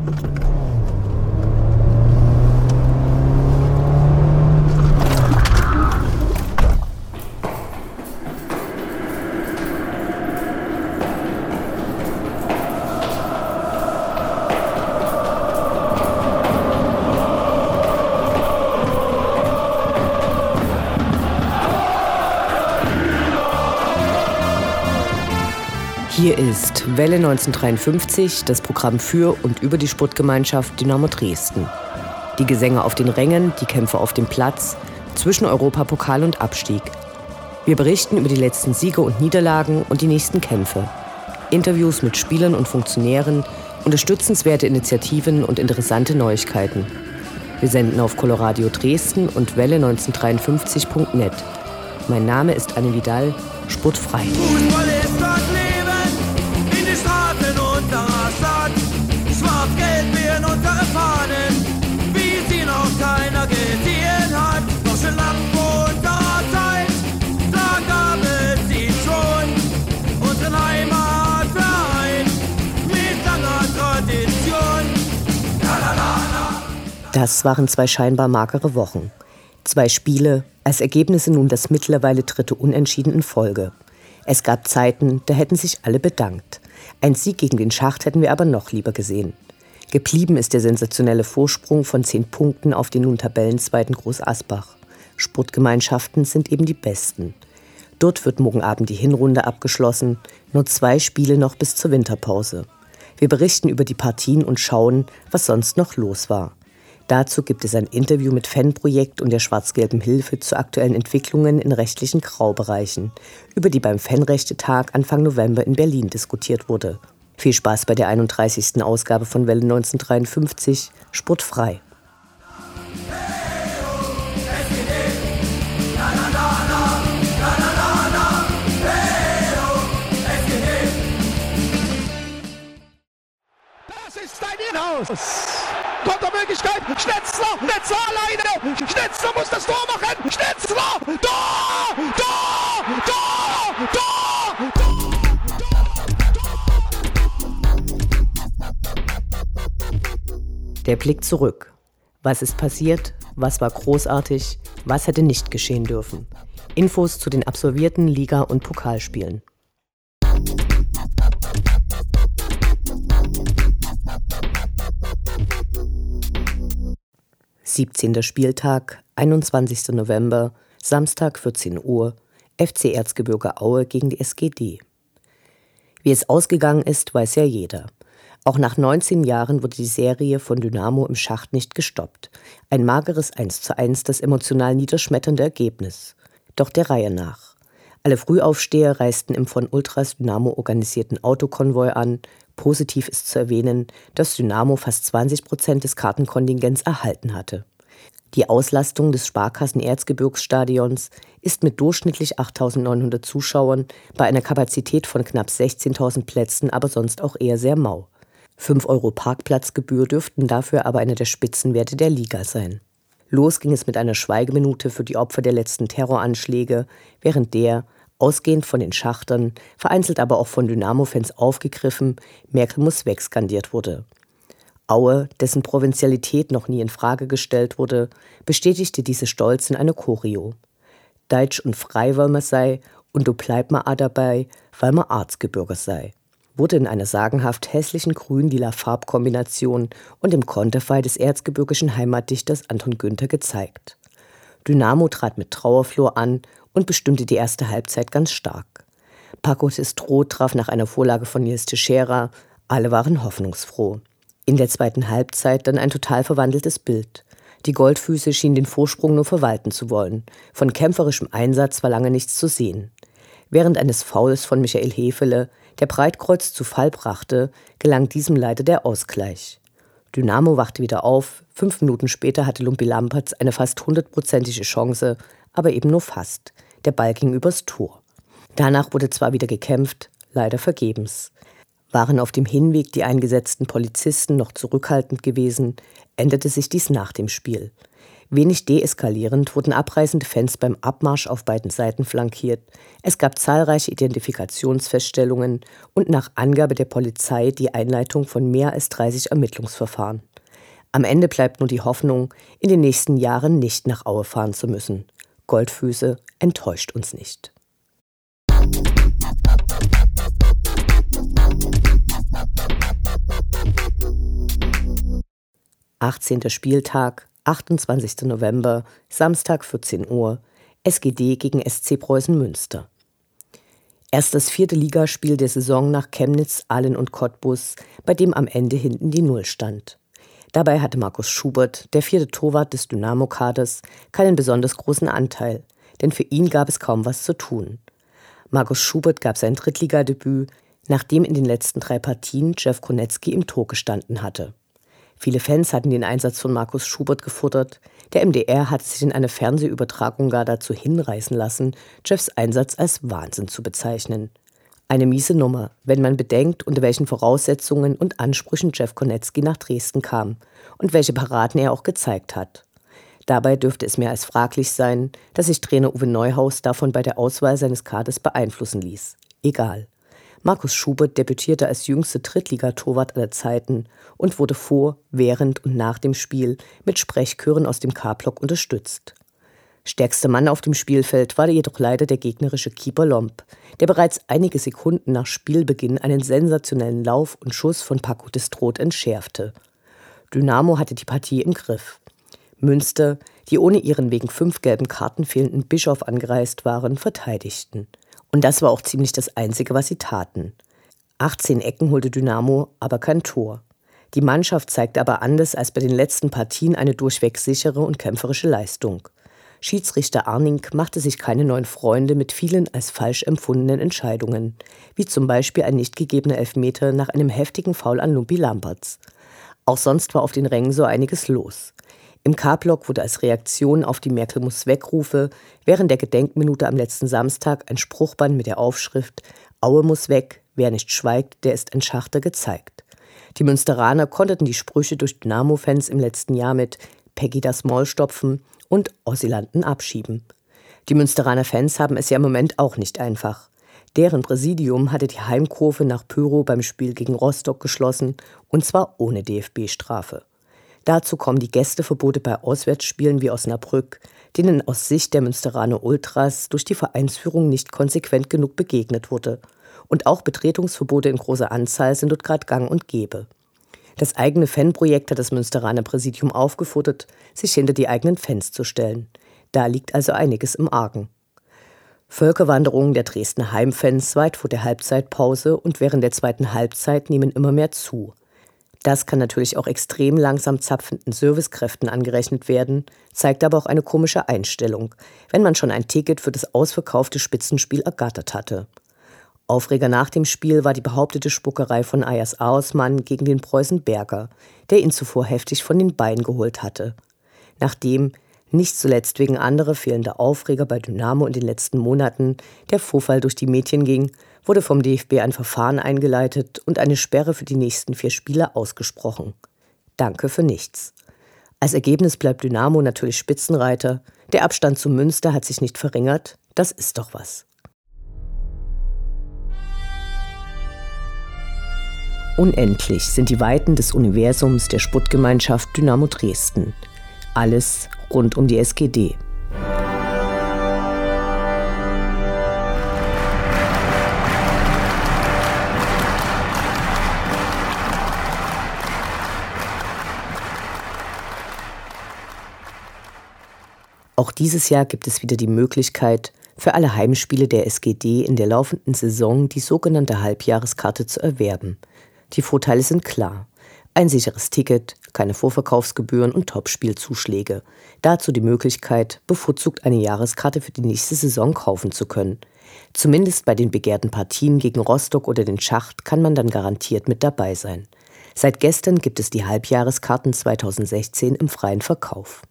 Hier ist Welle 1953, das Programm für und über die Sportgemeinschaft Dynamo Dresden. Die Gesänge auf den Rängen, die Kämpfe auf dem Platz, zwischen Europapokal und Abstieg. Wir berichten über die letzten Siege und Niederlagen und die nächsten Kämpfe. Interviews mit Spielern und Funktionären, unterstützenswerte Initiativen und interessante Neuigkeiten. Wir senden auf Coloradio Dresden und welle1953.net. Mein Name ist Anne Vidal, sportfrei. Fußball ist das Leben, in die Straßen unserer Stadt. Schwarz-Gelb werden unsere Fahnen, wie sie noch keiner gesehen hat. Doch schon lang vor unserer Zeit, da gab es sie schon. Unseren Heimatverein mit langer Tradition. La, la, la, la. Das waren 2 scheinbar magere Wochen. 2 Spiele, als Ergebnisse nun das mittlerweile 3. Unentschieden in Folge. Es gab Zeiten, da hätten sich alle bedankt. Ein Sieg gegen den Schacht hätten wir aber noch lieber gesehen. Geblieben ist der sensationelle Vorsprung von 10 Punkten auf den nun Tabellenzweiten Groß Asbach. Sportgemeinschaften sind eben die besten. Dort wird morgen Abend die Hinrunde abgeschlossen, nur 2 Spiele noch bis zur Winterpause. Wir berichten über die Partien und schauen, was sonst noch los war. Dazu gibt es ein Interview mit Fanprojekt und der Schwarz-Gelben Hilfe zu aktuellen Entwicklungen in rechtlichen Graubereichen, über die beim Fanrechte-Tag Anfang November in Berlin diskutiert wurde. Viel Spaß bei der 31. Ausgabe von Welle 1953, sportfrei. Das ist dein Inhaus! Kontermöglichkeit, Schnetzler alleine, Schnetzler muss das Tor machen, Schnetzler, Tor! Der Blick zurück. Was ist passiert? Was war großartig? Was hätte nicht geschehen dürfen? Infos zu den absolvierten Liga- und Pokalspielen. 17. Spieltag, 21. November, Samstag 14 Uhr, FC Erzgebirge Aue gegen die SGD. Wie es ausgegangen ist, weiß ja jeder. Auch nach 19 Jahren wurde die Serie von Dynamo im Schacht nicht gestoppt. Ein mageres 1:1, das emotional niederschmetternde Ergebnis. Doch der Reihe nach. Alle Frühaufsteher reisten im von Ultras Dynamo organisierten Autokonvoi an. Positiv ist zu erwähnen, dass Dynamo fast 20% des Kartenkontingents erhalten hatte. Die Auslastung des Sparkassen-Erzgebirgsstadions ist mit durchschnittlich 8.900 Zuschauern bei einer Kapazität von knapp 16.000 Plätzen aber sonst auch eher sehr mau. 5 € Parkplatzgebühr dürften dafür aber einer der Spitzenwerte der Liga sein. Los ging es mit einer Schweigeminute für die Opfer der letzten Terroranschläge, während der, ausgehend von den Schachtern, vereinzelt aber auch von Dynamo-Fans aufgegriffen, Merkel muss weg skandiert wurde. Aue, dessen Provinzialität noch nie in Frage gestellt wurde, bestätigte diese stolz in einer Choreo. Deutsch und frei, weil man sei, und du bleib ma a dabei, weil ma Arzgebirger sei, wurde in einer sagenhaft hässlichen grün-lila Farbkombination und im Konterfei des erzgebirgischen Heimatdichters Anton Günther gezeigt. Dynamo trat mit Trauerflor an und bestimmte die erste Halbzeit ganz stark. Paco Testro traf nach einer Vorlage von Nils Teixeira, alle waren hoffnungsfroh. In der zweiten Halbzeit dann ein total verwandeltes Bild. Die Goldfüße schienen den Vorsprung nur verwalten zu wollen. Von kämpferischem Einsatz war lange nichts zu sehen. Während eines Fouls von Michael Hefele, der Breitkreuz zu Fall brachte, gelang diesem leider der Ausgleich. Dynamo wachte wieder auf, 5 Minuten später hatte Lumpi Lampertz eine fast 100%ige Chance, aber eben nur fast. Der Ball ging übers Tor. Danach wurde zwar wieder gekämpft, leider vergebens. Waren auf dem Hinweg die eingesetzten Polizisten noch zurückhaltend gewesen, änderte sich dies nach dem Spiel. Wenig deeskalierend wurden abreisende Fans beim Abmarsch auf beiden Seiten flankiert. Es gab zahlreiche Identifikationsfeststellungen und nach Angabe der Polizei die Einleitung von mehr als 30 Ermittlungsverfahren. Am Ende bleibt nur die Hoffnung, in den nächsten Jahren nicht nach Aue fahren zu müssen. Goldfüße enttäuscht uns nicht. 18. Spieltag, 28. November, Samstag 14 Uhr, SGD gegen SC Preußen Münster. Erst das 4. Ligaspiel der Saison nach Chemnitz, Aalen und Cottbus, bei dem am Ende hinten die Null stand. Dabei hatte Markus Schubert, der 4. Torwart des Dynamo-Kaders, keinen besonders großen Anteil, denn für ihn gab es kaum was zu tun. Markus Schubert gab sein Drittligadebüt, nachdem in den letzten 3 Partien Jeff Konetzki im Tor gestanden hatte. Viele Fans hatten den Einsatz von Markus Schubert gefordert. Der MDR hatte sich in einer Fernsehübertragung gar dazu hinreißen lassen, Jeffs Einsatz als Wahnsinn zu bezeichnen. Eine miese Nummer, wenn man bedenkt, unter welchen Voraussetzungen und Ansprüchen Jeff Konetzki nach Dresden kam und welche Paraden er auch gezeigt hat. Dabei dürfte es mehr als fraglich sein, dass sich Trainer Uwe Neuhaus davon bei der Auswahl seines Kaders beeinflussen ließ. Egal. Markus Schubert debütierte als jüngster Drittligatorwart aller Zeiten und wurde vor, während und nach dem Spiel mit Sprechchören aus dem K-Block unterstützt. Stärkster Mann auf dem Spielfeld war jedoch leider der gegnerische Keeper Lomb, der bereits einige Sekunden nach Spielbeginn einen sensationellen Lauf und Schuss von Paco Destroth entschärfte. Dynamo hatte die Partie im Griff. Münster, die ohne ihren wegen 5 gelben Karten fehlenden Bischof angereist waren, verteidigten. Und das war auch ziemlich das Einzige, was sie taten. 18 Ecken holte Dynamo, aber kein Tor. Die Mannschaft zeigte aber anders als bei den letzten Partien eine durchweg sichere und kämpferische Leistung. Schiedsrichter Arning machte sich keine neuen Freunde mit vielen als falsch empfundenen Entscheidungen, wie zum Beispiel ein nicht gegebener Elfmeter nach einem heftigen Foul an Lumpi Lampertz. Auch sonst war auf den Rängen so einiges los. Im K-Block wurde als Reaktion auf die Merkel-muss-weg-Rufe während der Gedenkminute am letzten Samstag ein Spruchband mit der Aufschrift »Aue muss weg, wer nicht schweigt, der ist ein Schachter« gezeigt. Die Münsteraner konterten die Sprüche durch Dynamo-Fans im letzten Jahr mit »Peggy das Maul stopfen« und »Oscillanten abschieben«. Die Münsteraner Fans haben es ja im Moment auch nicht einfach. Deren Präsidium hatte die Heimkurve nach Pyro beim Spiel gegen Rostock geschlossen, und zwar ohne DFB-Strafe. Dazu kommen die Gästeverbote bei Auswärtsspielen wie Osnabrück, denen aus Sicht der Münsteraner Ultras durch die Vereinsführung nicht konsequent genug begegnet wurde. Und auch Betretungsverbote in großer Anzahl sind dort gerade gang und gäbe. Das eigene Fanprojekt hat das Münsteraner Präsidium aufgefordert, sich hinter die eigenen Fans zu stellen. Da liegt also einiges im Argen. Völkerwanderungen der Dresdner Heimfans weit vor der Halbzeitpause und während der zweiten Halbzeit nehmen immer mehr zu. Das kann natürlich auch extrem langsam zapfenden Servicekräften angerechnet werden, zeigt aber auch eine komische Einstellung, wenn man schon ein Ticket für das ausverkaufte Spitzenspiel ergattert hatte. Aufreger nach dem Spiel war die behauptete Spuckerei von Ayas Aosman gegen den Preußen Berger, der ihn zuvor heftig von den Beinen geholt hatte. Nachdem, nicht zuletzt wegen anderer fehlender Aufreger bei Dynamo in den letzten Monaten, der Vorfall durch die Medien ging, wurde vom DFB ein Verfahren eingeleitet und eine Sperre für die nächsten 4 Spiele ausgesprochen. Danke für nichts. Als Ergebnis bleibt Dynamo natürlich Spitzenreiter. Der Abstand zu Münster hat sich nicht verringert. Das ist doch was. Unendlich sind die Weiten des Universums der Sportgemeinschaft Dynamo Dresden. Alles rund um die SGD. Auch dieses Jahr gibt es wieder die Möglichkeit, für alle Heimspiele der SGD in der laufenden Saison die sogenannte Halbjahreskarte zu erwerben. Die Vorteile sind klar. Ein sicheres Ticket, keine Vorverkaufsgebühren und Topspielzuschläge. Dazu die Möglichkeit, bevorzugt eine Jahreskarte für die nächste Saison kaufen zu können. Zumindest bei den begehrten Partien gegen Rostock oder den Schacht kann man dann garantiert mit dabei sein. Seit gestern gibt es die Halbjahreskarten 2016 im freien Verkauf.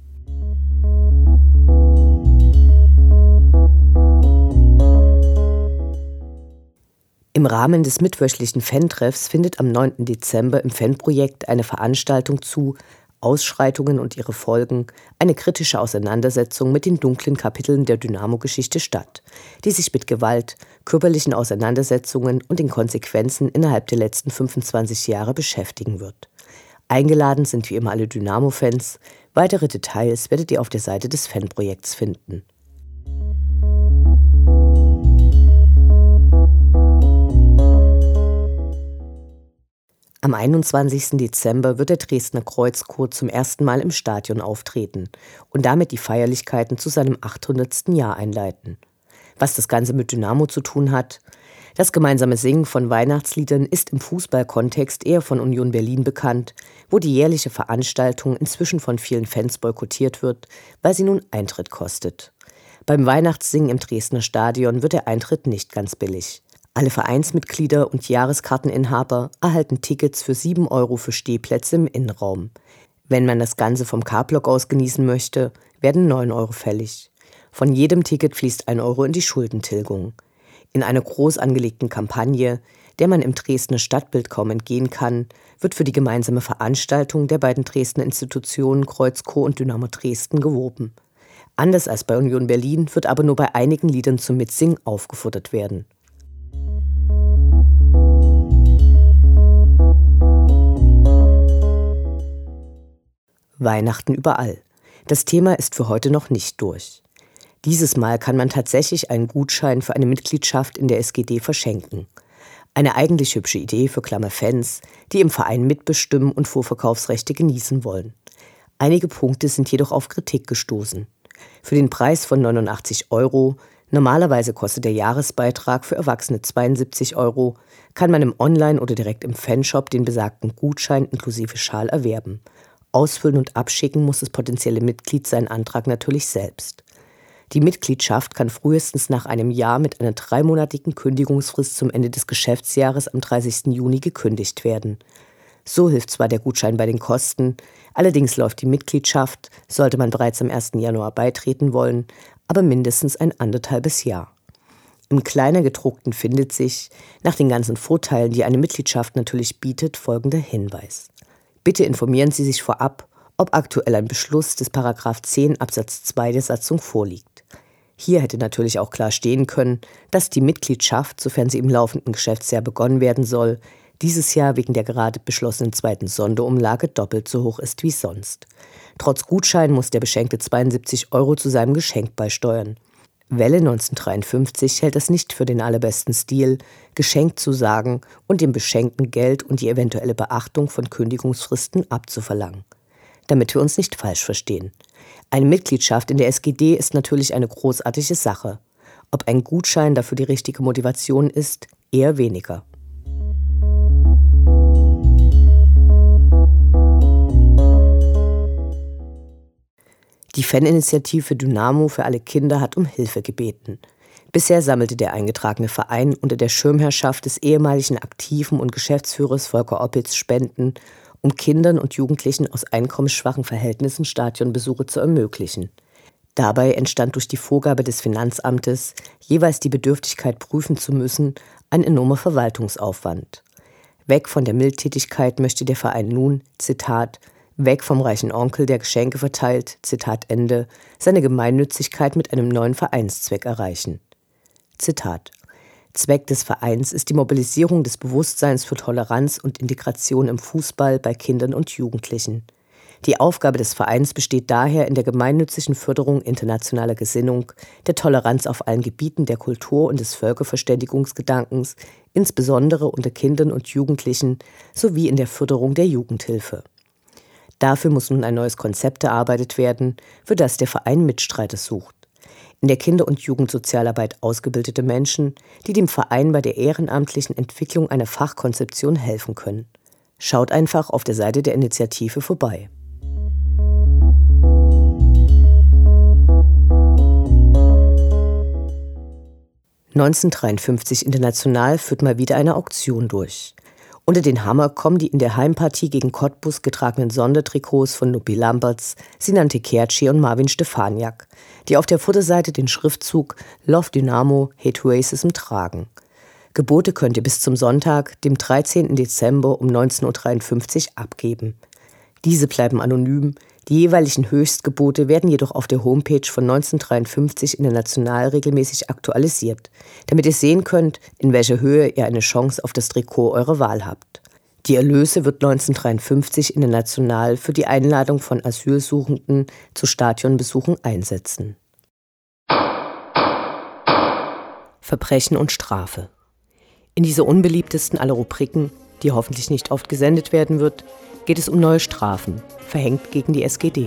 Im Rahmen des mitwöchentlichen Fantreffs findet am 9. Dezember im Fanprojekt eine Veranstaltung zu Ausschreitungen und ihre Folgen, eine kritische Auseinandersetzung mit den dunklen Kapiteln der Dynamo-Geschichte statt, die sich mit Gewalt, körperlichen Auseinandersetzungen und den Konsequenzen innerhalb der letzten 25 Jahre beschäftigen wird. Eingeladen sind wie immer alle Dynamo-Fans. Weitere Details werdet ihr auf der Seite des Fanprojekts finden. Am 21. Dezember wird der Dresdner Kreuzchor zum ersten Mal im Stadion auftreten und damit die Feierlichkeiten zu seinem 800. Jahr einleiten. Was das Ganze mit Dynamo zu tun hat? Das gemeinsame Singen von Weihnachtsliedern ist im Fußballkontext eher von Union Berlin bekannt, wo die jährliche Veranstaltung inzwischen von vielen Fans boykottiert wird, weil sie nun Eintritt kostet. Beim Weihnachtssingen im Dresdner Stadion wird der Eintritt nicht ganz billig. Alle Vereinsmitglieder und Jahreskarteninhaber erhalten Tickets für 7 € für Stehplätze im Innenraum. Wenn man das Ganze vom K-Block aus genießen möchte, werden 9 € fällig. Von jedem Ticket fließt 1 € in die Schuldentilgung. In einer groß angelegten Kampagne, der man im Dresdner Stadtbild kaum entgehen kann, wird für die gemeinsame Veranstaltung der beiden Dresdner Institutionen Kreuzchor und Dynamo Dresden geworben. Anders als bei Union Berlin wird aber nur bei einigen Liedern zum Mitsingen aufgefordert werden. Weihnachten überall. Das Thema ist für heute noch nicht durch. Dieses Mal kann man tatsächlich einen Gutschein für eine Mitgliedschaft in der SGD verschenken. Eine eigentlich hübsche Idee für Fans, die im Verein mitbestimmen und Vorverkaufsrechte genießen wollen. Einige Punkte sind jedoch auf Kritik gestoßen. Für den Preis von 89 €, normalerweise kostet der Jahresbeitrag für Erwachsene 72 €, kann man im Online- oder direkt im Fanshop den besagten Gutschein inklusive Schal erwerben. Ausfüllen und abschicken muss das potenzielle Mitglied seinen Antrag natürlich selbst. Die Mitgliedschaft kann frühestens nach einem Jahr mit einer 3-monatigen Kündigungsfrist zum Ende des Geschäftsjahres am 30. Juni gekündigt werden. So hilft zwar der Gutschein bei den Kosten, allerdings läuft die Mitgliedschaft, sollte man bereits am 1. Januar beitreten wollen, aber mindestens ein 1,5 Jahr. Im kleiner gedruckten findet sich, nach den ganzen Vorteilen, die eine Mitgliedschaft natürlich bietet, folgender Hinweis. Bitte informieren Sie sich vorab, ob aktuell ein Beschluss des § 10 Absatz 2 der Satzung vorliegt. Hier hätte natürlich auch klar stehen können, dass die Mitgliedschaft, sofern sie im laufenden Geschäftsjahr begonnen werden soll, dieses Jahr wegen der gerade beschlossenen 2. Sonderumlage doppelt so hoch ist wie sonst. Trotz Gutschein muss der Beschenkte 72 € zu seinem Geschenk beisteuern. Welle 1953 hält es nicht für den allerbesten Stil, Geschenk zu sagen und dem Beschenkten Geld und die eventuelle Beachtung von Kündigungsfristen abzuverlangen. Damit wir uns nicht falsch verstehen. Eine Mitgliedschaft in der SGD ist natürlich eine großartige Sache. Ob ein Gutschein dafür die richtige Motivation ist, eher weniger. Die Faninitiative Dynamo für alle Kinder hat um Hilfe gebeten. Bisher sammelte der eingetragene Verein unter der Schirmherrschaft des ehemaligen Aktiven und Geschäftsführers Volker Oppitz Spenden, um Kindern und Jugendlichen aus einkommensschwachen Verhältnissen Stadionbesuche zu ermöglichen. Dabei entstand durch die Vorgabe des Finanzamtes, jeweils die Bedürftigkeit prüfen zu müssen, ein enormer Verwaltungsaufwand. Weg von der Mildtätigkeit möchte der Verein nun, Zitat, weg vom reichen Onkel, der Geschenke verteilt, Zitat Ende, seine Gemeinnützigkeit mit einem neuen Vereinszweck erreichen. Zitat: Zweck des Vereins ist die Mobilisierung des Bewusstseins für Toleranz und Integration im Fußball bei Kindern und Jugendlichen. Die Aufgabe des Vereins besteht daher in der gemeinnützigen Förderung internationaler Gesinnung, der Toleranz auf allen Gebieten der Kultur und des Völkerverständigungsgedankens, insbesondere unter Kindern und Jugendlichen, sowie in der Förderung der Jugendhilfe. Dafür muss nun ein neues Konzept erarbeitet werden, für das der Verein Mitstreiter sucht. In der Kinder- und Jugendsozialarbeit ausgebildete Menschen, die dem Verein bei der ehrenamtlichen Entwicklung einer Fachkonzeption helfen können. Schaut einfach auf der Seite der Initiative vorbei. (1953) International führt mal wieder eine Auktion durch. Unter den Hammer kommen die in der Heimpartie gegen Cottbus getragenen Sondertrikots von Nuppi Lamberts, Sinante Kerci und Marvin Stefaniak, die auf der Vorderseite den Schriftzug Love Dynamo, Hate Racism tragen. Gebote könnt ihr bis zum Sonntag, dem 13. Dezember um 19:53 Uhr abgeben. Diese bleiben anonym, die jeweiligen Höchstgebote werden jedoch auf der Homepage von 1953 in der National regelmäßig aktualisiert, damit ihr sehen könnt, in welcher Höhe ihr eine Chance auf das Trikot eurer Wahl habt. Die Erlöse wird 1953 in der National für die Einladung von Asylsuchenden zu Stadionbesuchen einsetzen. Verbrechen und Strafe. In dieser unbeliebtesten aller Rubriken, die hoffentlich nicht oft gesendet werden wird, geht es um neue Strafen, verhängt gegen die SGD.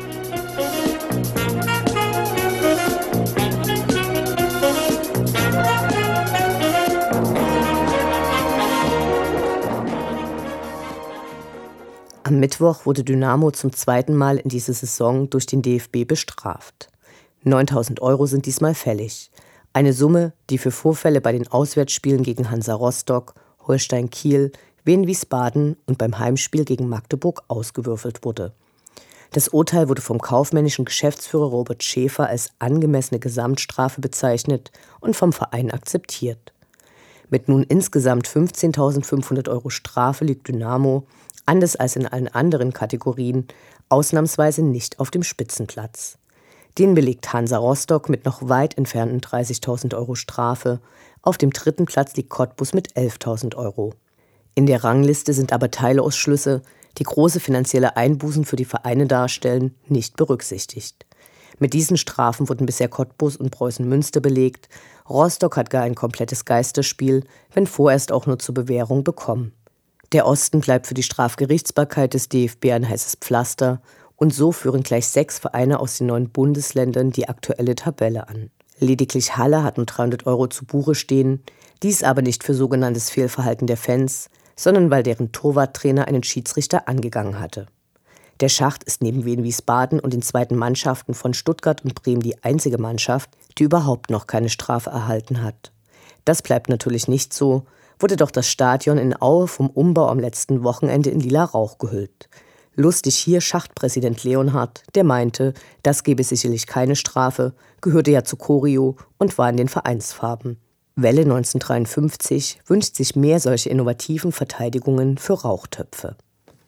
Am Mittwoch wurde Dynamo zum zweiten Mal in dieser Saison durch den DFB bestraft. 9.000 € sind diesmal fällig. Eine Summe, die für Vorfälle bei den Auswärtsspielen gegen Hansa Rostock, Holstein Kiel, Wien Wiesbaden und beim Heimspiel gegen Magdeburg ausgewürfelt wurde. Das Urteil wurde vom kaufmännischen Geschäftsführer Robert Schäfer als angemessene Gesamtstrafe bezeichnet und vom Verein akzeptiert. Mit nun insgesamt 15.500 € Strafe liegt Dynamo, anders als in allen anderen Kategorien, ausnahmsweise nicht auf dem Spitzenplatz. Den belegt Hansa Rostock mit noch weit entfernten 30.000 € Strafe. Auf dem dritten Platz liegt Cottbus mit 11.000 €. In der Rangliste sind aber Teilausschlüsse, die große finanzielle Einbußen für die Vereine darstellen, nicht berücksichtigt. Mit diesen Strafen wurden bisher Cottbus und Preußen Münster belegt. Rostock hat gar ein komplettes Geisterspiel, wenn vorerst auch nur zur Bewährung bekommen. Der Osten bleibt für die Strafgerichtsbarkeit des DFB ein heißes Pflaster und so führen gleich 6 Vereine aus den 9 Bundesländern die aktuelle Tabelle an. Lediglich Halle hat nur 300 € zu Buche stehen, dies aber nicht für sogenanntes Fehlverhalten der Fans, sondern weil deren Torwarttrainer einen Schiedsrichter angegangen hatte. Der Schacht ist neben Wien Wiesbaden und den zweiten Mannschaften von Stuttgart und Bremen die einzige Mannschaft, die überhaupt noch keine Strafe erhalten hat. Das bleibt natürlich nicht so, wurde doch das Stadion in Aue vom Umbau am letzten Wochenende in lila Rauch gehüllt. Lustig hier Schachtpräsident Leonhardt, der meinte, das gebe sicherlich keine Strafe, gehörte ja zu Choreo und war in den Vereinsfarben. Welle 1953 wünscht sich mehr solche innovativen Verteidigungen für Rauchtöpfe.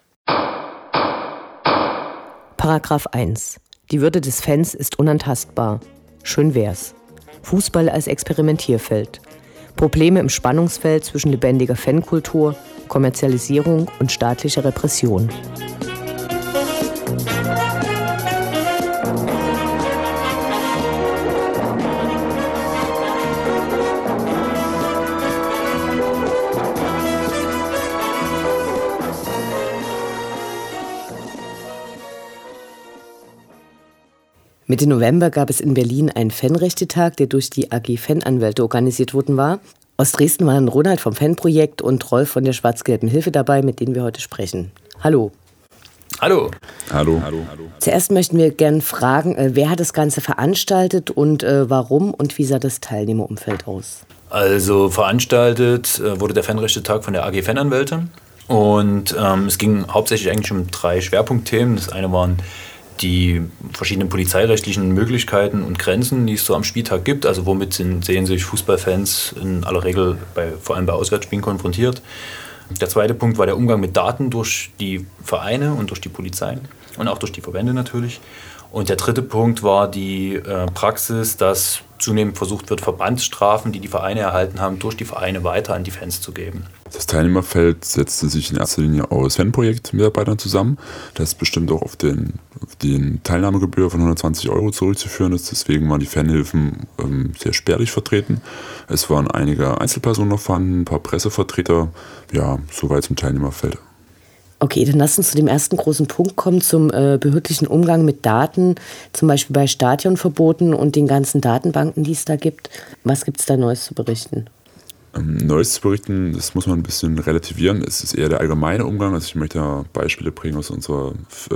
Paragraph 1. Die Würde des Fans ist unantastbar. Schön wär's. Fußball als Experimentierfeld. Probleme im Spannungsfeld zwischen lebendiger Fankultur, Kommerzialisierung und staatlicher Repression. Mitte November gab es in Berlin einen Fanrechte-Tag, der durch die AG Fananwälte organisiert worden war. Aus Dresden waren Ronald vom Fanprojekt und Rolf von der Schwarz-Gelben Hilfe dabei, mit denen wir heute sprechen. Hallo. Hallo. Hallo. Zuerst möchten wir gerne fragen, wer hat das Ganze veranstaltet und warum und wie sah das Teilnehmerumfeld aus? Also veranstaltet wurde der Fanrechte-Tag von der AG Fananwälte und es ging hauptsächlich eigentlich um 3 Schwerpunktthemen. Das eine waren die verschiedenen polizeirechtlichen Möglichkeiten und Grenzen, die es so am Spieltag gibt. Also womit sehen sich Fußballfans in aller Regel vor allem bei Auswärtsspielen konfrontiert. Der zweite Punkt war der Umgang mit Daten durch die Vereine und durch die Polizei und auch durch die Verbände natürlich. Und der dritte Punkt war die Praxis, dass zunehmend versucht wird, Verbandsstrafen, die die Vereine erhalten haben, durch die Vereine weiter an die Fans zu geben. Das Teilnehmerfeld setzte sich in erster Linie aus Fanprojektmitarbeitern zusammen, das bestimmt auch auf die Teilnahmegebühr von 120 € zurückzuführen ist. Deswegen waren die Fanhilfen sehr spärlich vertreten. Es waren einige Einzelpersonen noch vorhanden, ein paar Pressevertreter. Ja, soweit zum Teilnehmerfeld. Okay, dann lass uns zu dem ersten großen Punkt kommen, zum behördlichen Umgang mit Daten, zum Beispiel bei Stadionverboten und den ganzen Datenbanken, die es da gibt. Was gibt es da Neues zu berichten? Neues zu berichten, das muss man ein bisschen relativieren. Es ist eher der allgemeine Umgang. Also ich möchte da Beispiele bringen aus unserer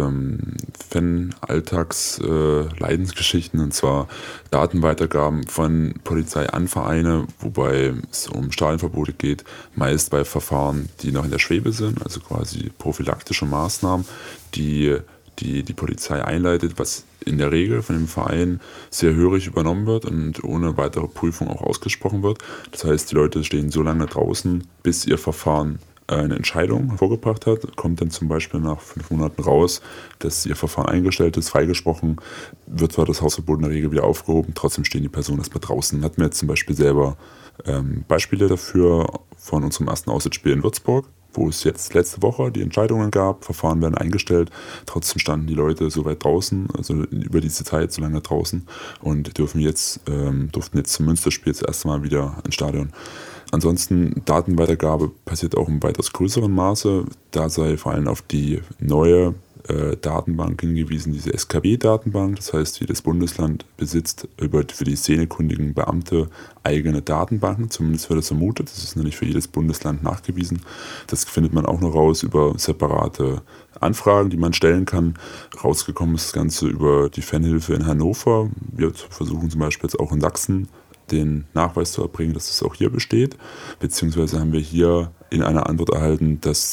Fan-Alltags-Leidensgeschichten, und zwar Datenweitergaben von Polizei an Vereine, wobei es um Stadionverbote geht, meist bei Verfahren, die noch in der Schwebe sind, also quasi prophylaktische Maßnahmen, die Polizei einleitet, was in der Regel von dem Verein sehr hörig übernommen wird und ohne weitere Prüfung auch ausgesprochen wird. Das heißt, die Leute stehen so lange draußen, bis ihr Verfahren eine Entscheidung hervorgebracht hat, kommt dann zum Beispiel nach 5 Monaten raus, dass ihr Verfahren eingestellt ist, freigesprochen, wird zwar das Hausverbot in der Regel wieder aufgehoben, trotzdem stehen die Personen erstmal draußen. Hatten wir jetzt zum Beispiel selber Beispiele dafür von unserem ersten Auswärtsspiel in Würzburg, wo es jetzt letzte Woche die Entscheidungen gab, Verfahren werden eingestellt, trotzdem standen die Leute so weit draußen, also über diese Zeit so lange draußen und durften jetzt zum Münsterspiel das erste Mal wieder ins Stadion. Ansonsten Datenweitergabe passiert auch im weitaus größeren Maße, da sei vor allem auf die neue Datenbank hingewiesen, diese SKB-Datenbank, das heißt, jedes Bundesland besitzt für die szenekundigen Beamte eigene Datenbanken, zumindest wird das vermutet, das ist noch nicht für jedes Bundesland nachgewiesen. Das findet man auch noch raus über separate Anfragen, die man stellen kann. Rausgekommen ist das Ganze über die Fanhilfe in Hannover. Wir versuchen zum Beispiel jetzt auch in Sachsen den Nachweis zu erbringen, dass es auch hier besteht. Beziehungsweise haben wir hier in einer Antwort erhalten, dass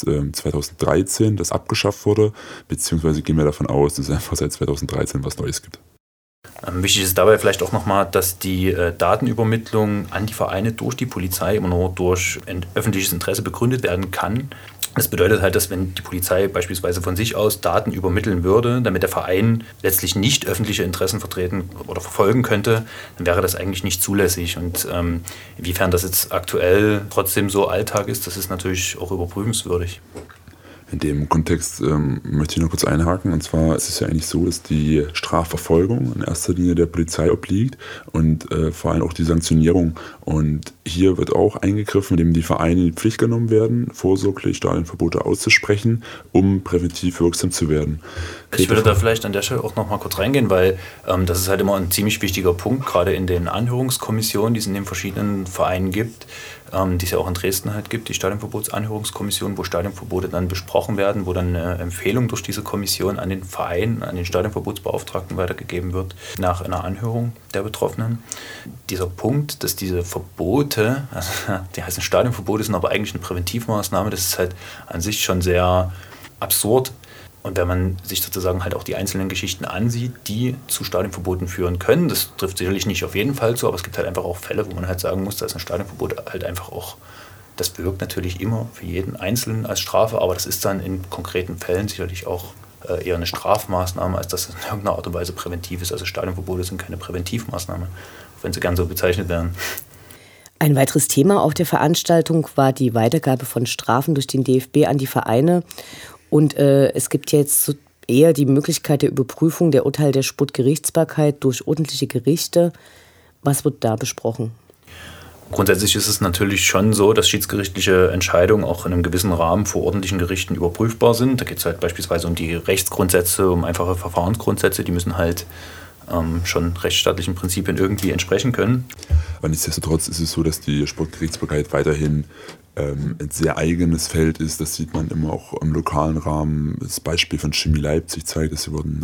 2013 das abgeschafft wurde. Beziehungsweise gehen wir davon aus, dass es einfach seit 2013 was Neues gibt. Wichtig ist dabei vielleicht auch nochmal, dass die Datenübermittlung an die Vereine durch die Polizei immer nur durch ein öffentliches Interesse begründet werden kann. Das bedeutet halt, dass wenn die Polizei beispielsweise von sich aus Daten übermitteln würde, damit der Verein letztlich nicht öffentliche Interessen vertreten oder verfolgen könnte, dann wäre das eigentlich nicht zulässig. Und inwiefern das jetzt aktuell trotzdem so Alltag ist, das ist natürlich auch überprüfenswürdig. In dem Kontext möchte ich noch kurz einhaken. Und zwar ist es ja eigentlich so, dass die Strafverfolgung in erster Linie der Polizei obliegt und vor allem auch die Sanktionierung. Und hier wird auch eingegriffen, indem die Vereine in die Pflicht genommen werden, vorsorglich Stadionverbote auszusprechen, um präventiv wirksam zu werden. Ich würde da vielleicht an der Stelle auch noch mal kurz reingehen, weil das ist halt immer ein ziemlich wichtiger Punkt, gerade in den Anhörungskommissionen, die es in den verschiedenen Vereinen gibt, die es ja auch in Dresden halt gibt, die Stadionverbotsanhörungskommission, wo Stadionverbote dann besprochen werden, wo dann eine Empfehlung durch diese Kommission an den Verein, an den Stadionverbotsbeauftragten weitergegeben wird, nach einer Anhörung der Betroffenen. Dieser Punkt, dass diese Verbote, also die heißen Stadionverbote, sind aber eigentlich eine Präventivmaßnahme, das ist halt an sich schon sehr absurd. Und wenn man sich sozusagen halt auch die einzelnen Geschichten ansieht, die zu Stadionverboten führen können, das trifft sicherlich nicht auf jeden Fall zu, aber es gibt halt einfach auch Fälle, wo man halt sagen muss, da ist ein Stadionverbot halt einfach auch, das wirkt natürlich immer für jeden Einzelnen als Strafe, aber das ist dann in konkreten Fällen sicherlich auch eher eine Strafmaßnahme, als dass es in irgendeiner Art und Weise präventiv ist. Also Stadionverbote sind keine Präventivmaßnahme, wenn sie gern so bezeichnet werden. Ein weiteres Thema auf der Veranstaltung war die Weitergabe von Strafen durch den DFB an die Vereine. Und es gibt jetzt eher die Möglichkeit der Überprüfung der Urteile der Sportgerichtsbarkeit durch ordentliche Gerichte. Was wird da besprochen? Grundsätzlich ist es natürlich schon so, dass schiedsgerichtliche Entscheidungen auch in einem gewissen Rahmen vor ordentlichen Gerichten überprüfbar sind. Da geht es halt beispielsweise um die Rechtsgrundsätze, um einfache Verfahrensgrundsätze. Die müssen halt schon rechtsstaatlichen Prinzipien irgendwie entsprechen können. Aber nichtsdestotrotz ist es so, dass die Sportgerichtsbarkeit weiterhin ein sehr eigenes Feld ist. Das sieht man immer auch im lokalen Rahmen. Das Beispiel von Chemie Leipzig zeigt, dass sie wurden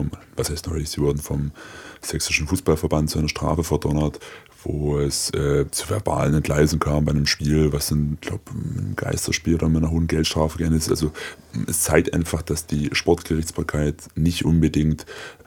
vom Sächsischen Fußballverband zu einer Strafe verdonnert, wo es zu verbalen Entgleisungen kam bei einem Spiel, was ein Geisterspiel oder mit einer hohen Geldstrafe geendet ist. Also es zeigt einfach, dass die Sportgerichtsbarkeit nicht unbedingt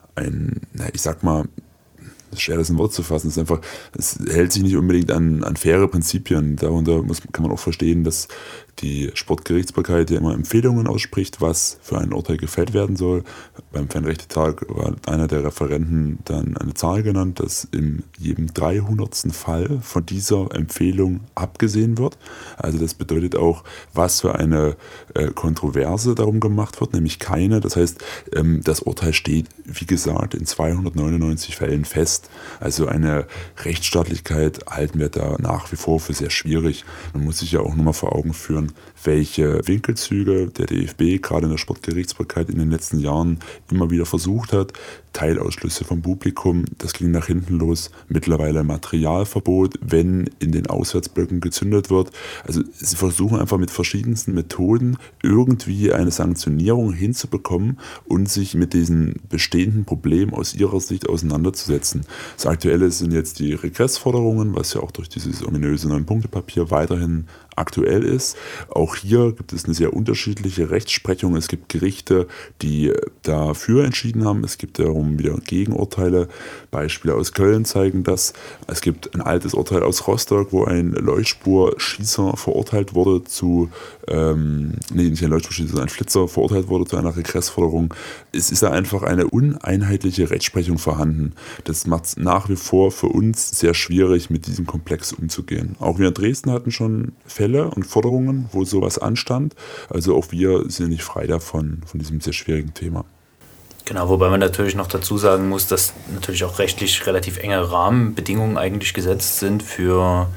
es ist schwer, das in Wort zu fassen. Es hält sich nicht unbedingt an faire Prinzipien. Darunter kann man auch verstehen, dass die Sportgerichtsbarkeit ja immer Empfehlungen ausspricht, was für ein Urteil gefällt werden soll. Beim Fanrechtstag war einer der Referenten dann eine Zahl genannt, dass in jedem 300. Fall von dieser Empfehlung abgesehen wird. Also das bedeutet auch, was für eine Kontroverse darum gemacht wird, nämlich keine. Das heißt, das Urteil steht, wie gesagt, in 299 Fällen fest. Also eine Rechtsstaatlichkeit halten wir da nach wie vor für sehr schwierig. Man muss sich ja auch nochmal vor Augen führen, welche Winkelzüge der DFB gerade in der Sportgerichtsbarkeit in den letzten Jahren immer wieder versucht hat. Teilausschlüsse vom Publikum, das ging nach hinten los. Mittlerweile Materialverbot, wenn in den Auswärtsblöcken gezündet wird. Also sie versuchen einfach mit verschiedensten Methoden irgendwie eine Sanktionierung hinzubekommen und sich mit diesen bestehenden Problemen aus ihrer Sicht auseinanderzusetzen. Das Aktuelle sind jetzt die Regressforderungen, was ja auch durch dieses ominöse 9-Punkte-Papier weiterhin aktuell ist. Auch hier gibt es eine sehr unterschiedliche Rechtsprechung. Es gibt Gerichte, die dafür entschieden haben. Es gibt darum wiederum wieder Gegenurteile. Beispiele aus Köln zeigen das. Es gibt ein altes Urteil aus Rostock, wo ein Leuchtspurschießer verurteilt wurde nicht ein Leuchtspurschießer, sondern ein Flitzer verurteilt wurde zu einer Regressforderung. Es ist da einfach eine uneinheitliche Rechtsprechung vorhanden. Das macht es nach wie vor für uns sehr schwierig, mit diesem Komplex umzugehen. Auch wir in Dresden hatten schon Fälle und Forderungen, wo sowas anstand. Also auch wir sind nicht frei davon, von diesem sehr schwierigen Thema. Genau, wobei man natürlich noch dazu sagen muss, dass natürlich auch rechtlich relativ enge Rahmenbedingungen eigentlich gesetzt sind für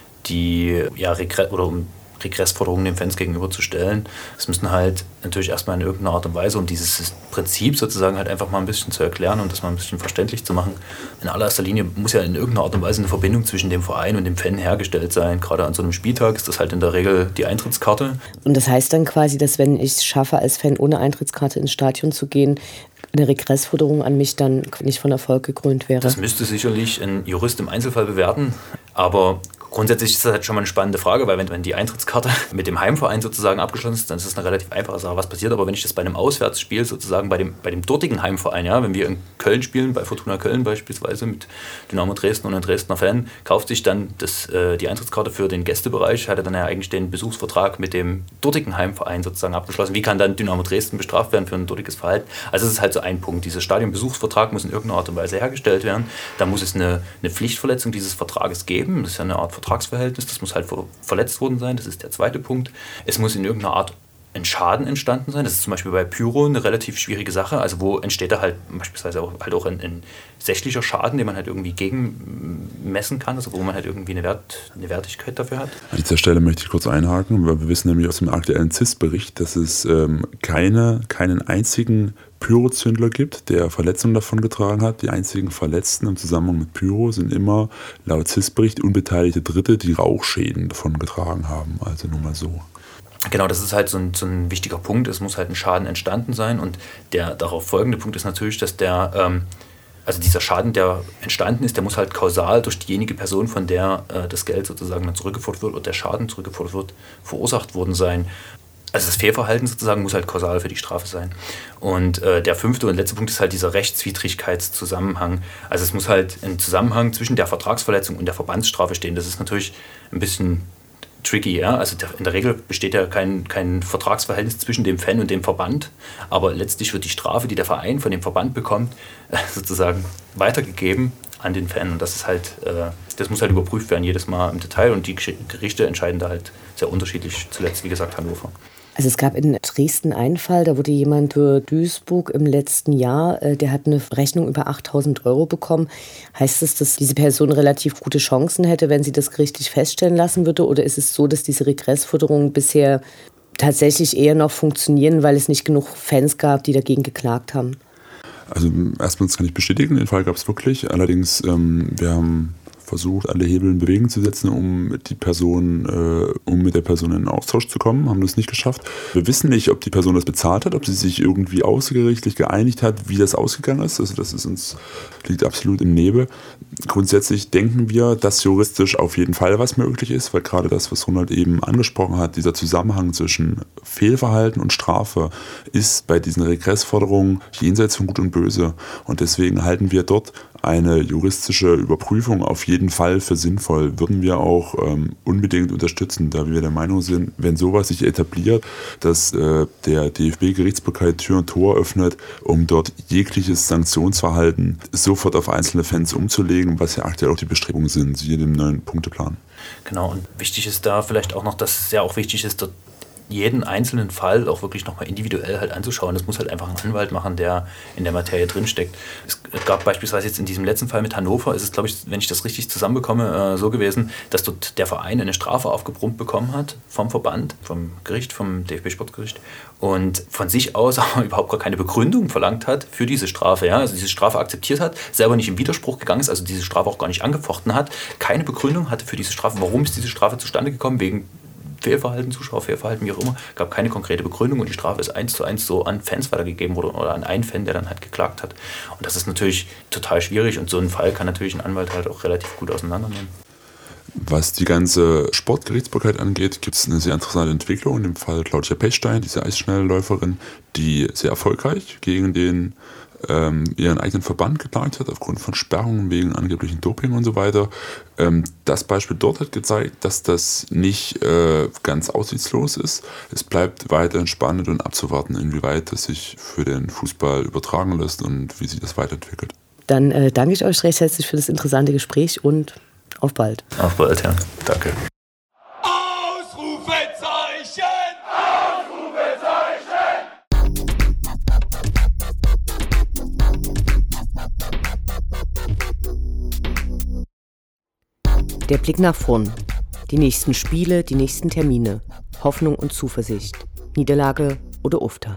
die um Regressforderungen den Fans gegenüberzustellen. Es müssen halt natürlich erstmal in irgendeiner Art und Weise, um dieses Prinzip sozusagen halt einfach mal ein bisschen zu erklären und das mal ein bisschen verständlich zu machen. In allererster Linie muss ja in irgendeiner Art und Weise eine Verbindung zwischen dem Verein und dem Fan hergestellt sein. Gerade an so einem Spieltag ist das halt in der Regel die Eintrittskarte. Und das heißt dann quasi, dass wenn ich es schaffe, als Fan ohne Eintrittskarte ins Stadion zu gehen, eine Regressforderung an mich dann nicht von Erfolg gekrönt wäre? Das müsste sicherlich ein Jurist im Einzelfall bewerten, aber grundsätzlich ist das halt schon mal eine spannende Frage, weil wenn die Eintrittskarte mit dem Heimverein sozusagen abgeschlossen ist, dann ist das eine relativ einfache Sache. Was passiert aber, wenn ich das bei einem Auswärtsspiel sozusagen bei dem dortigen Heimverein, ja, wenn wir in Köln spielen, bei Fortuna Köln beispielsweise mit Dynamo Dresden und einem Dresdner Fan, kauft sich dann die Eintrittskarte für den Gästebereich, hat er dann ja eigentlich den Besuchsvertrag mit dem dortigen Heimverein sozusagen abgeschlossen. Wie kann dann Dynamo Dresden bestraft werden für ein dortiges Verhalten? Also das ist halt so ein Punkt. Dieser Stadionbesuchsvertrag muss in irgendeiner Art und Weise hergestellt werden. Da muss es eine Pflichtverletzung dieses Vertrages geben. Das ist ja eine Art Vertragsverhältnis, das muss halt verletzt worden sein, das ist der zweite Punkt. Es muss in irgendeiner Art ein Schaden entstanden sein, das ist zum Beispiel bei Pyro eine relativ schwierige Sache, also wo entsteht da halt beispielsweise auch ein sächlicher Schaden, den man halt irgendwie gegenmessen kann, also wo man halt irgendwie eine Wertigkeit dafür hat. An dieser Stelle möchte ich kurz einhaken, weil wir wissen nämlich aus dem aktuellen CIS-Bericht, dass es keinen einzigen Pyrozündler gibt, der Verletzungen davon getragen hat. Die einzigen Verletzten im Zusammenhang mit Pyro sind immer laut CIS-Bericht unbeteiligte Dritte, die Rauchschäden davon getragen haben. Also nur mal so. Genau, das ist halt so ein wichtiger Punkt. Es muss halt ein Schaden entstanden sein und der darauf folgende Punkt ist natürlich, dass dieser Schaden, der entstanden ist, der muss halt kausal durch diejenige Person, von der das Geld sozusagen dann zurückgefordert wird oder der Schaden zurückgefordert wird, verursacht worden sein. Also das Fehlverhalten sozusagen muss halt kausal für die Strafe sein. Und der fünfte und letzte Punkt ist halt dieser Rechtswidrigkeitszusammenhang. Also es muss halt ein Zusammenhang zwischen der Vertragsverletzung und der Verbandsstrafe stehen. Das ist natürlich ein bisschen tricky, ja. Also in der Regel besteht ja kein Vertragsverhältnis zwischen dem Fan und dem Verband, aber letztlich wird die Strafe, die der Verein von dem Verband bekommt, sozusagen weitergegeben an den Fan. Und das ist halt, das muss halt überprüft werden jedes Mal im Detail und die Gerichte entscheiden da halt sehr unterschiedlich. Zuletzt, wie gesagt, Hannover. Also es gab in Dresden einen Fall, da wurde jemand für Duisburg im letzten Jahr, der hat eine Rechnung über 8.000 € bekommen. Heißt das, dass diese Person relativ gute Chancen hätte, wenn sie das gerichtlich feststellen lassen würde? Oder ist es so, dass diese Regressforderungen bisher tatsächlich eher noch funktionieren, weil es nicht genug Fans gab, die dagegen geklagt haben? Also erstmal kann ich bestätigen, den Fall gab es wirklich. Allerdings, wir haben versucht, alle Hebel in Bewegung zu setzen, um mit der Person in den Austausch zu kommen, haben das nicht geschafft. Wir wissen nicht, ob die Person das bezahlt hat, ob sie sich irgendwie außergerichtlich geeinigt hat, wie das ausgegangen ist. Also das liegt absolut im Nebel. Grundsätzlich denken wir, dass juristisch auf jeden Fall was möglich ist, weil gerade das, was Ronald eben angesprochen hat, dieser Zusammenhang zwischen Fehlverhalten und Strafe ist bei diesen Regressforderungen jenseits von Gut und Böse. Und deswegen halten wir dort eine juristische Überprüfung auf jeden Fall für sinnvoll. Würden wir auch unbedingt unterstützen, da wir der Meinung sind, wenn sowas sich etabliert, dass der DFB-Gerichtsbarkeit Tür und Tor öffnet, um dort jegliches Sanktionsverhalten sofort auf einzelne Fans umzulegen, was ja aktuell auch die Bestrebungen sind, siehe dem neuen Punkteplan. Genau, und wichtig ist da vielleicht auch noch, dass es ja auch wichtig ist, dort jeden einzelnen Fall auch wirklich nochmal individuell halt anzuschauen. Das muss halt einfach ein Anwalt machen, der in der Materie drinsteckt. Es gab beispielsweise jetzt in diesem letzten Fall mit Hannover, ist es, glaube ich, wenn ich das richtig zusammenbekomme, so gewesen, dass dort der Verein eine Strafe aufgebrummt bekommen hat vom Verband, vom Gericht, vom DFB-Sportgericht und von sich aus aber überhaupt gar keine Begründung verlangt hat für diese Strafe. Ja? Also diese Strafe akzeptiert hat, selber nicht im Widerspruch gegangen ist, also diese Strafe auch gar nicht angefochten hat, keine Begründung hatte für diese Strafe. Warum ist diese Strafe zustande gekommen? Wegen Fehlverhalten, Zuschauerfehlverhalten, wie auch immer, gab keine konkrete Begründung und die Strafe ist 1:1 so an Fans weitergegeben worden oder an einen Fan, der dann halt geklagt hat. Und das ist natürlich total schwierig und so einen Fall kann natürlich ein Anwalt halt auch relativ gut auseinandernehmen. Was die ganze Sportgerichtsbarkeit angeht, gibt es eine sehr interessante Entwicklung. In dem Fall Claudia Pechstein, diese Eisschnellläuferin, die sehr erfolgreich gegen den ihren eigenen Verband geklagt hat, aufgrund von Sperrungen wegen angeblichen Doping und so weiter. Das Beispiel dort hat gezeigt, dass das nicht ganz aussichtslos ist. Es bleibt weiterhin spannend und abzuwarten, inwieweit es sich für den Fußball übertragen lässt und wie sich das weiterentwickelt. Dann danke ich euch recht herzlich für das interessante Gespräch und auf bald. Auf bald, ja. Danke. Ausrufezeichen! Der Blick nach vorn. Die nächsten Spiele, die nächsten Termine. Hoffnung und Zuversicht. Niederlage oder Ufter.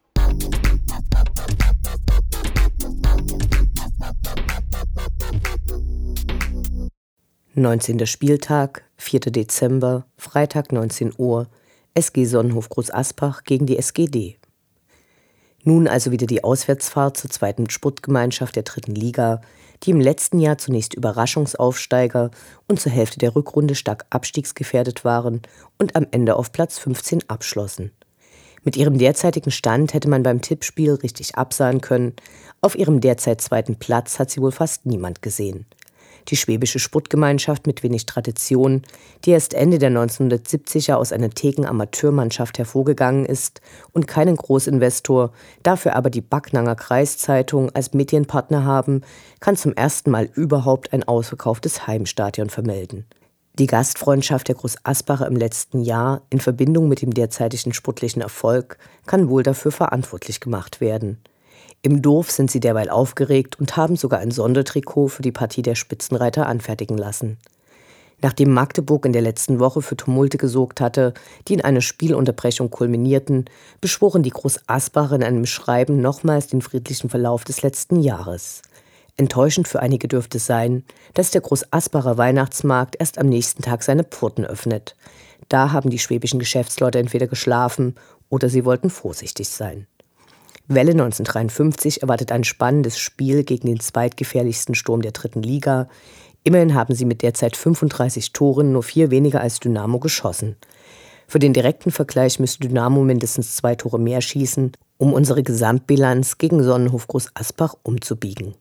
(19. Spieltag, 4. Dezember, Freitag 19 Uhr, SG Sonnenhof Groß Asbach gegen die SGD. Nun also wieder die Auswärtsfahrt zur zweiten Sportgemeinschaft der 3. Liga, die im letzten Jahr zunächst Überraschungsaufsteiger und zur Hälfte der Rückrunde stark abstiegsgefährdet waren und am Ende auf Platz 15 abschlossen. Mit ihrem derzeitigen Stand hätte man beim Tippspiel richtig absahen können. Auf ihrem derzeit zweiten Platz hat sie wohl fast niemand gesehen. Die schwäbische Sportgemeinschaft mit wenig Tradition, die erst Ende der 1970er aus einer Theken-Amateurmannschaft hervorgegangen ist und keinen Großinvestor, dafür aber die Backnanger Kreiszeitung als Medienpartner haben, kann zum ersten Mal überhaupt ein ausverkauftes Heimstadion vermelden. Die Gastfreundschaft der Groß Asbacher im letzten Jahr in Verbindung mit dem derzeitigen sportlichen Erfolg kann wohl dafür verantwortlich gemacht werden. Im Dorf sind sie derweil aufgeregt und haben sogar ein Sondertrikot für die Partie der Spitzenreiter anfertigen lassen. Nachdem Magdeburg in der letzten Woche für Tumulte gesorgt hatte, die in einer Spielunterbrechung kulminierten, beschworen die Groß Asbacher in einem Schreiben nochmals den friedlichen Verlauf des letzten Jahres. Enttäuschend für einige dürfte sein, dass der Groß Asbacher Weihnachtsmarkt erst am nächsten Tag seine Pforten öffnet. Da haben die schwäbischen Geschäftsleute entweder geschlafen oder sie wollten vorsichtig sein. Welle 1953 erwartet ein spannendes Spiel gegen den zweitgefährlichsten Sturm der 3. Liga. Immerhin haben sie mit derzeit 35 Toren nur 4 weniger als Dynamo geschossen. Für den direkten Vergleich müsste Dynamo mindestens 2 Tore mehr schießen, um unsere Gesamtbilanz gegen Sonnenhof Groß Asbach umzubiegen.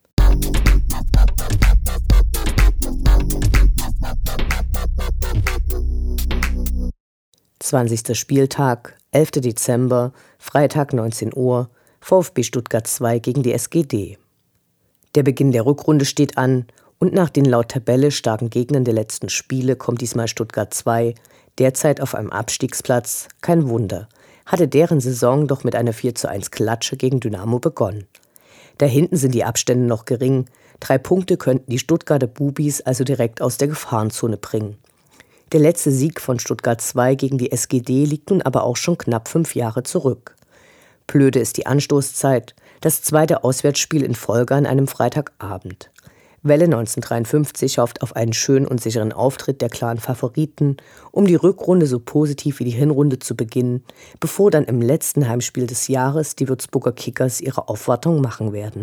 (20. Spieltag, 11. Dezember, Freitag 19 Uhr, VfB Stuttgart 2 gegen die SGD. Der Beginn der Rückrunde steht an und nach den laut Tabelle starken Gegnern der letzten Spiele kommt diesmal Stuttgart 2, derzeit auf einem Abstiegsplatz, kein Wunder, hatte deren Saison doch mit einer 4:1 Klatsche gegen Dynamo begonnen. Da hinten sind die Abstände noch gering, 3 Punkte könnten die Stuttgarter Bubis also direkt aus der Gefahrenzone bringen. Der letzte Sieg von Stuttgart 2 gegen die SGD liegt nun aber auch schon knapp 5 Jahre zurück. Blöde ist die Anstoßzeit, das zweite Auswärtsspiel in Folge an einem Freitagabend. Welle 1953 hofft auf einen schönen und sicheren Auftritt der klaren Favoriten, um die Rückrunde so positiv wie die Hinrunde zu beginnen, bevor dann im letzten Heimspiel des Jahres die Würzburger Kickers ihre Aufwartung machen werden.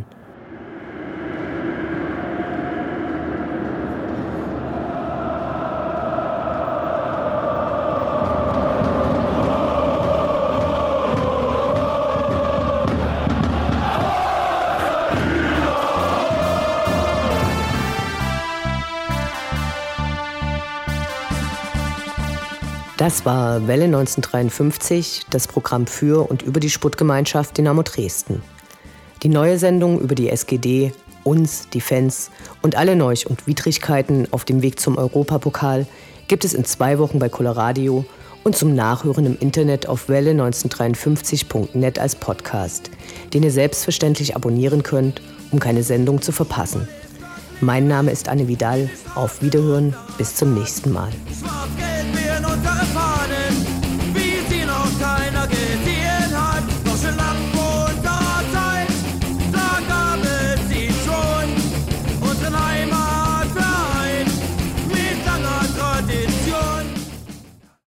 Das war Welle 1953, das Programm für und über die Sportgemeinschaft Dynamo Dresden. Die neue Sendung über die SGD, uns, die Fans und alle Neuch- und Widrigkeiten auf dem Weg zum Europapokal gibt es in 2 Wochen bei Coloradio und zum Nachhören im Internet auf welle1953.net als Podcast, den ihr selbstverständlich abonnieren könnt, um keine Sendung zu verpassen. Mein Name ist Anne Vidal. Auf Wiederhören, bis zum nächsten Mal.